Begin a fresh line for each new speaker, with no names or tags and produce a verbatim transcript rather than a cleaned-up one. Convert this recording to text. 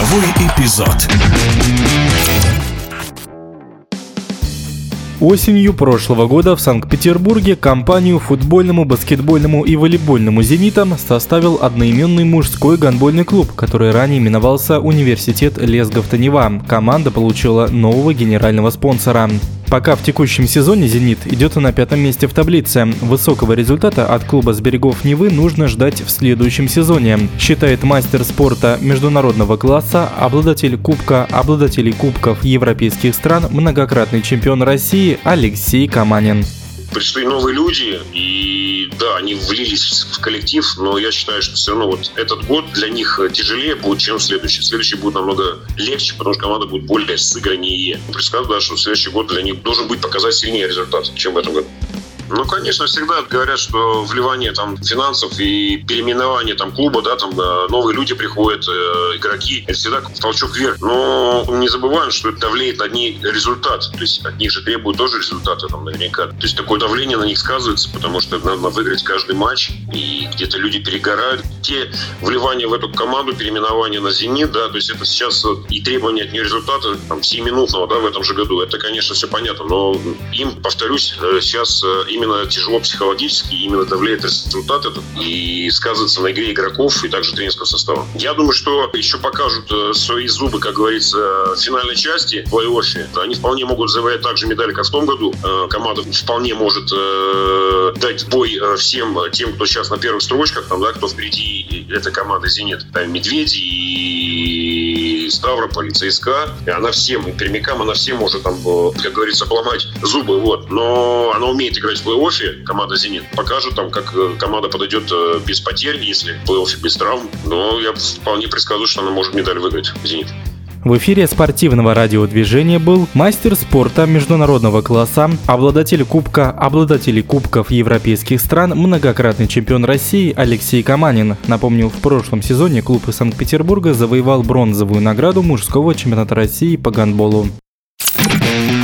Игровой эпизод.
Осенью прошлого года в Санкт-Петербурге компанию футбольному, баскетбольному и волейбольному «Зенитам» составил одноименный мужской гандбольный клуб, который ранее именовался «Университет Лесгов-Танева». Команда получила нового генерального спонсора. Пока в текущем сезоне «Зенит» идет на пятом месте в таблице. Высокого результата от клуба с берегов Невы нужно ждать в следующем сезоне, считает мастер спорта международного класса, обладатель кубка, обладателей кубков европейских стран, многократный чемпион России Алексей Каманин.
Пришли новые люди, и да, они влились в коллектив, но я считаю, что все равно вот этот год для них тяжелее будет, чем следующий. Следующий будет намного легче, потому что команда будет более сыграннее. Предсказываю, да, что следующий год для них должен быть показать сильнее результат, чем в этом году. Ну, конечно, всегда говорят, что вливание там финансов и переименование там клуба, да, там новые люди приходят, э, игроки, это всегда толчок вверх. Но не забываем, что это давлеет на них результат. То есть от них же требуют тоже результата там наверняка. То есть такое давление на них сказывается, потому что надо выиграть каждый матч, и где-то люди перегорают. Те вливания в эту команду, переименование на «Зенит», да, то есть это сейчас и требования от нее результата там сиюминутного, да, в этом же году. Это, конечно, все понятно, но им, повторюсь, сейчас именно Именно тяжело психологически, именно давляет результат этот и сказывается на игре игроков и также тренерского состава. Я думаю, что еще покажут свои зубы, как говорится, в финальной части в плей-оффе. Они вполне могут завоевать также медали, как в том году. Команда вполне может дать бой всем тем, кто сейчас на первых строчках, там, да, кто впереди этой команды «Зенит». Медведи и Ставрополь, и ЦСКА. И она всем, и Пермякам, она всем может, там, как говорится, обломать зубы. Вот. Но она умеет играть в плей-оффе, команда «Зенит», покажет, там, как команда подойдет без потерь, если в плей-оффе без травм. Но я вполне предсказываю, что она может медаль выиграть, «Зенит».
В эфире спортивного радиодвижения был мастер спорта международного класса, обладатель кубка, обладатель кубков европейских стран, многократный чемпион России Алексей Каманин. Напомню, в прошлом сезоне клуб из Санкт-Петербурга завоевал бронзовую награду мужского чемпионата России по гандболу.